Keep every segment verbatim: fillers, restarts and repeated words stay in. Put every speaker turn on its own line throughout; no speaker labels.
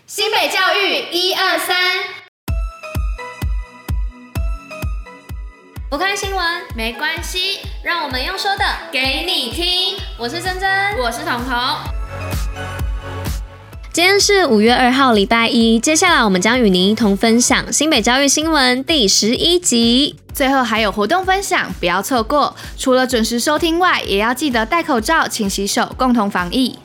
新北教育一二三，不看新闻没关系，让我们用说的给你听。我是珍珍，我是彤彤。今天是五月二号，礼拜一。接下来我们将与您一同分享新北教育新闻第十一集。
最后还有活动分享，不要错过。除了准时收听外，也要记得戴口罩、勤洗手，共同防疫。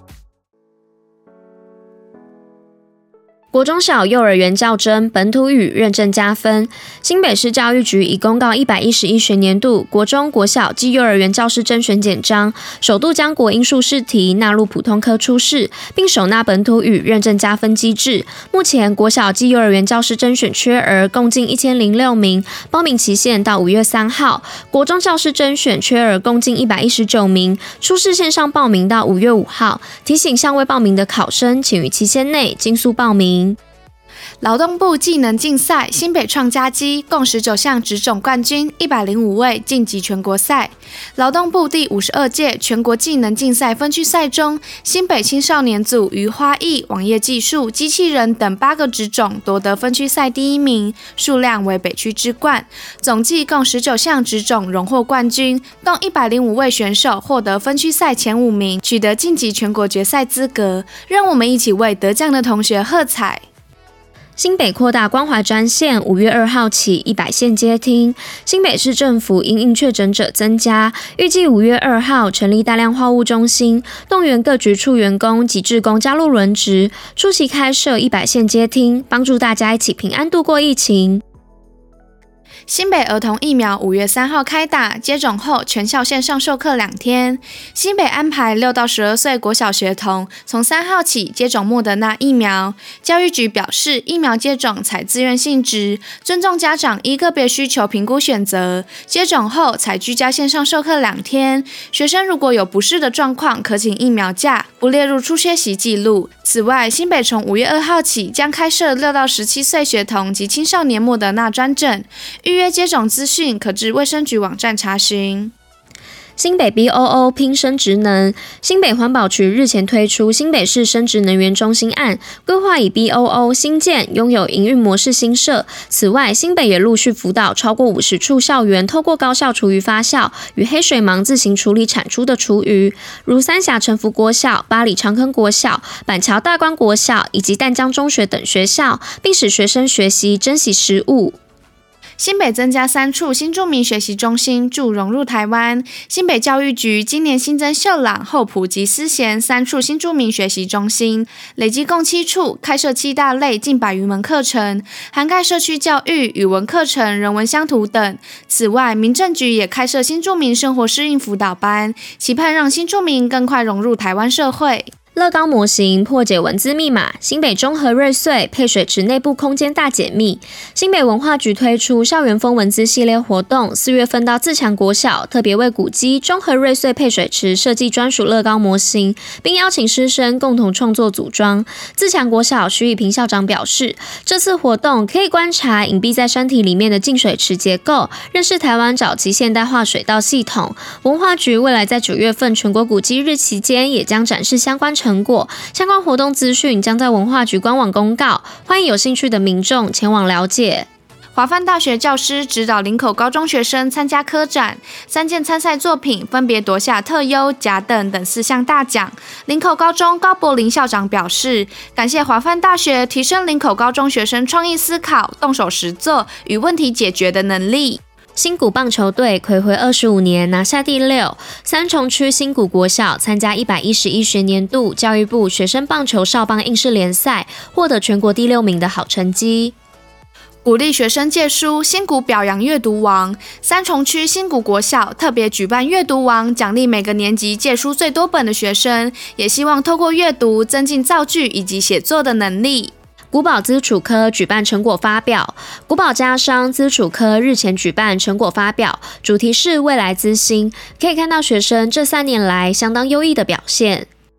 国中小幼儿园教甄本土语认证加分。新北市教育局已公告一百一十一学年度国中、国小及幼儿园教师甄选简章，首度将国英数试题纳入普通科初试，并首纳本土语认证加分机制。目前国小及幼儿园教师甄选缺额共计一千零六名，报名期限到五月三号。国中教师甄选缺额共计一百一十九名，初试线上报名到五月五号。提醒尚未报名的考生，请于期限内尽速报名。
劳动部技能竞赛，新北创佳绩，共十九项职种冠军，一百零五位晋级全国赛。劳动部第五十二届全国技能竞赛分区赛中，新北青少年组于花艺、网页技术、机器人等八个职种夺得分区赛第一名，数量为北区之冠。总计共十九项职种荣获冠军，共一百零五位选手获得分区赛前五名，取得晋级全国决赛资格。让我们一起为得奖的同学喝彩。
新北扩大关怀专线，五月二号起一百线接听。新北市政府因应确诊者增加，预计五月二号成立大量化物中心，动员各局处员工及志工加入轮值，出席开设一百线接听，帮助大家一起平安度过疫情。
新北儿童疫苗五月三号开打，接种后全校线上授课两天。新北安排六到十二岁国小学童从三号起接种莫德纳疫苗。教育局表示，疫苗接种采自愿性质，尊重家长依个别需求评估选择。接种后采居家线上授课两天，学生如果有不适的状况，可请疫苗假，不列入出缺席记录。此外，新北从五月二号起将开设六到十七岁学童及青少年莫德纳专诊。预约接种资讯可至卫生局网站查询。
新北 B O O 拼生质能，新北环保局日前推出新北市生质能源中心案，规划以 B O O 新建拥有营运模式新设。此外，新北也陆续辅导超过五十处校园，透过高效厨余发酵与黑水芒自行处理产出的厨余，如三峡成福国小、八里长坑国小、板桥大观国小以及淡江中学等学校，并使学生学习珍惜食物。
新北增加三处新住民学习中心，助融入台湾。新北教育局今年新增秀朗、后埔及思贤三处新住民学习中心，累计共七处，开设七大类近百余门课程，涵盖社区教育、语文课程、人文乡土等。此外，民政局也开设新住民生活适应辅导班，期盼让新住民更快融入台湾社会。
乐高模型破解文字密码，新北中和瑞穗配水池内部空间大解密。新北文化局推出校园风文字系列活动，四月份到自强国小特别为古迹中和瑞穗配水池设计专属乐高模型，并邀请师生共同创作组装。自强国小徐以平校长表示，这次活动可以观察隐蔽在山体里面的净水池结构，认识台湾早期现代化水道系统。文化局未来在九月份全国古迹日期间，也将展示相关成果，相关活动资讯将在文化局官网公告，欢迎有兴趣的民众前往了解。
华梵大学教师指导林口高中学生参加科展，三件参赛作品分别夺下特优、甲等等四项大奖。林口高中高柏林校长表示，感谢华梵大学提升林口高中学生创意思考、动手实作与问题解决的能力。
新谷棒球队睽违二十五年拿下第六，三重区新谷国小参加一百一十一学年度教育部学生棒球少棒应试联赛，获得全国第六名的好成绩。
鼓励学生借书，新谷表扬阅读王。三重区新谷国小特别举办阅读王，奖励每个年级借书最多本的学生，也希望透过阅读增进造句以及写作的能力。
古堡资处科举办成果发表，古堡家商资处科日前举办成果发表，主题是未来资新，可以看到学生这三年来相当优异的表现。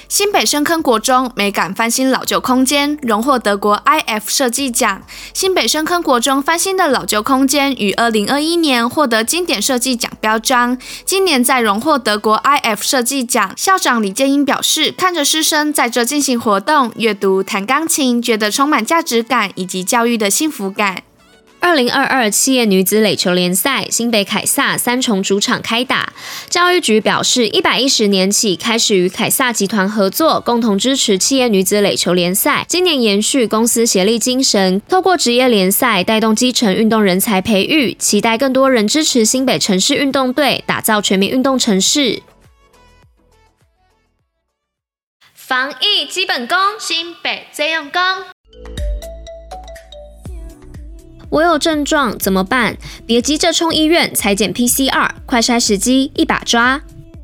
新北深坑国中美感翻新老旧空间，荣获德国 I F 设计奖。新北深坑国中翻新的老旧空间于二零二一年获得经典设计奖标章，今年再荣获德国 I F 设计奖。校长李建英表示，看着师生在这进行活动、阅读、弹钢琴，觉得充满价值感以及教育的幸福感。
二零二二企业女子垒球联赛，新北凯撒三重主场开打。教育局表示，一百一十年起开始与凯撒集团合作，共同支持企业女子垒球联赛。今年延续公司协力精神，透过职业联赛带动基层运动人才培育，期待更多人支持新北城市运动队，打造全民运动城市。防疫基本功，
新北最用功。
我有症状怎么办？别急着冲医院采检 P C R， 快筛时机一把抓。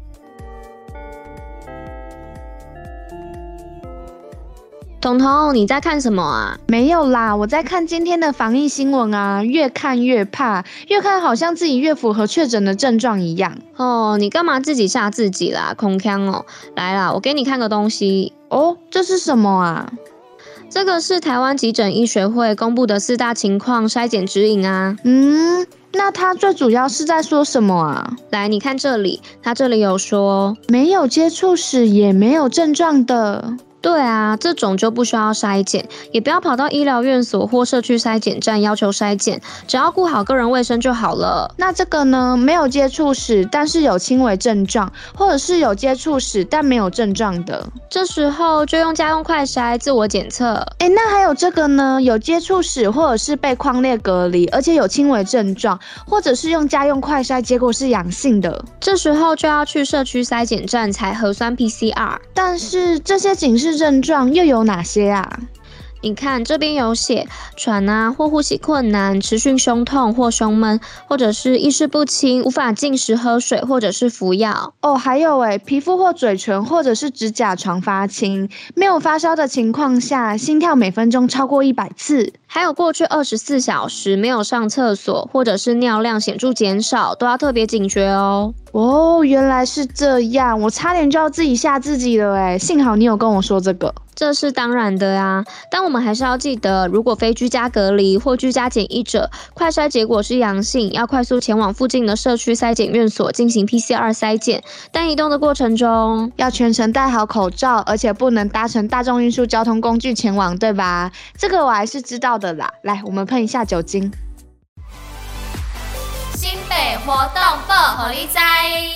彤彤，你在看什么啊？
没有啦，我在看今天的防疫新闻啊，越看越怕，越看好像自己越符合确诊的症状一样。
哦，你干嘛自己吓自己啦？空腔哦！来啦，我给你看个东西。
哦，这是什么啊？
这个是台湾急诊医学会公布的四大情况筛检指引啊。
嗯，那它最主要是在说什么啊？
来，你看这里，它这里有说，
没有接触史也没有症状的。
对啊，这种就不需要筛检，也不要跑到医疗院所或社区筛检站要求筛检，只要顾好个人卫生就好了。
那这个呢？没有接触史，但是有轻微症状，或者是有接触史但没有症状的，
这时候就用家用快筛自我检测。
诶，那还有这个呢？有接触史或者是被匡列隔离，而且有轻微症状，或者是用家用快筛结果是阳性的，
这时候就要去社区筛检站采核酸 P C R。
但是这些警示症状又有哪些啊？
你看这边有写喘啊或呼吸困难、持续胸痛或胸闷，或者是意识不清、无法进食、喝水或者是服药。
哦，还有诶，皮肤或嘴唇或者是指甲床发青，没有发烧的情况下，心跳每分钟超过一百次。
还有过去二十四小时没有上厕所，或者是尿量显著减少，都要特别警觉哦。
哦，原来是这样，我差点就要自己吓自己了诶，幸好你有跟我说这个。
这是当然的啊，但我们还是要记得，如果非居家隔离或居家检疫者，快筛结果是阳性，要快速前往附近的社区筛检院所进行 P C R 筛检。但移动的过程中，
要全程戴好口罩，而且不能搭乘大众运输交通工具前往，对吧？这个我还是知道的啦。来，我们喷一下酒精。
新北活动报虎你知。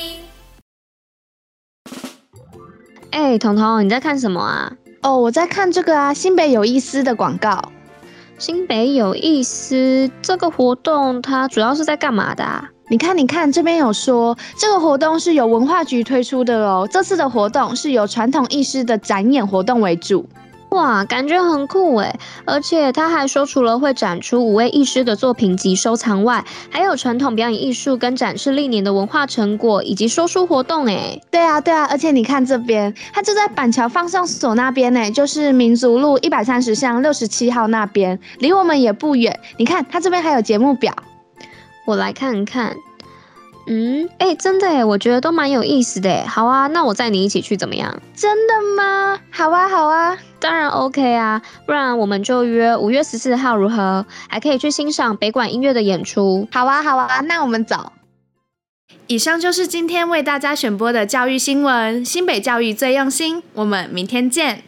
哎，彤彤，你在看什么啊？
哦，我在看这个啊，新北有意思的广告。
新北有意思这个活动，它主要是在干嘛的啊？
你看，你看，这边有说这个活动是由文化局推出的哦。这次的活动是由传统艺师的展演活动为主。
哇，感觉很酷诶！而且他还说，除了会展出五位艺师的作品及收藏外，还有传统表演艺术跟展示历年的文化成果，以及说书活动诶。
对啊，对啊，而且你看这边，它就在板桥放送所那边呢，就是民族路一百三十巷六十七号那边，离我们也不远。你看，它这边还有节目表，
我来看看。嗯，哎，真的哎，我觉得都蛮有意思的哎。好啊，那我载你一起去怎么样？
真的吗？好啊，好啊，
当然 OK 啊，不然我们就约五月十四号如何？还可以去欣赏北管音乐的演出。
好啊，好啊，那我们走。
以上就是今天为大家选播的教育新闻，新北教育最用心，我们明天见。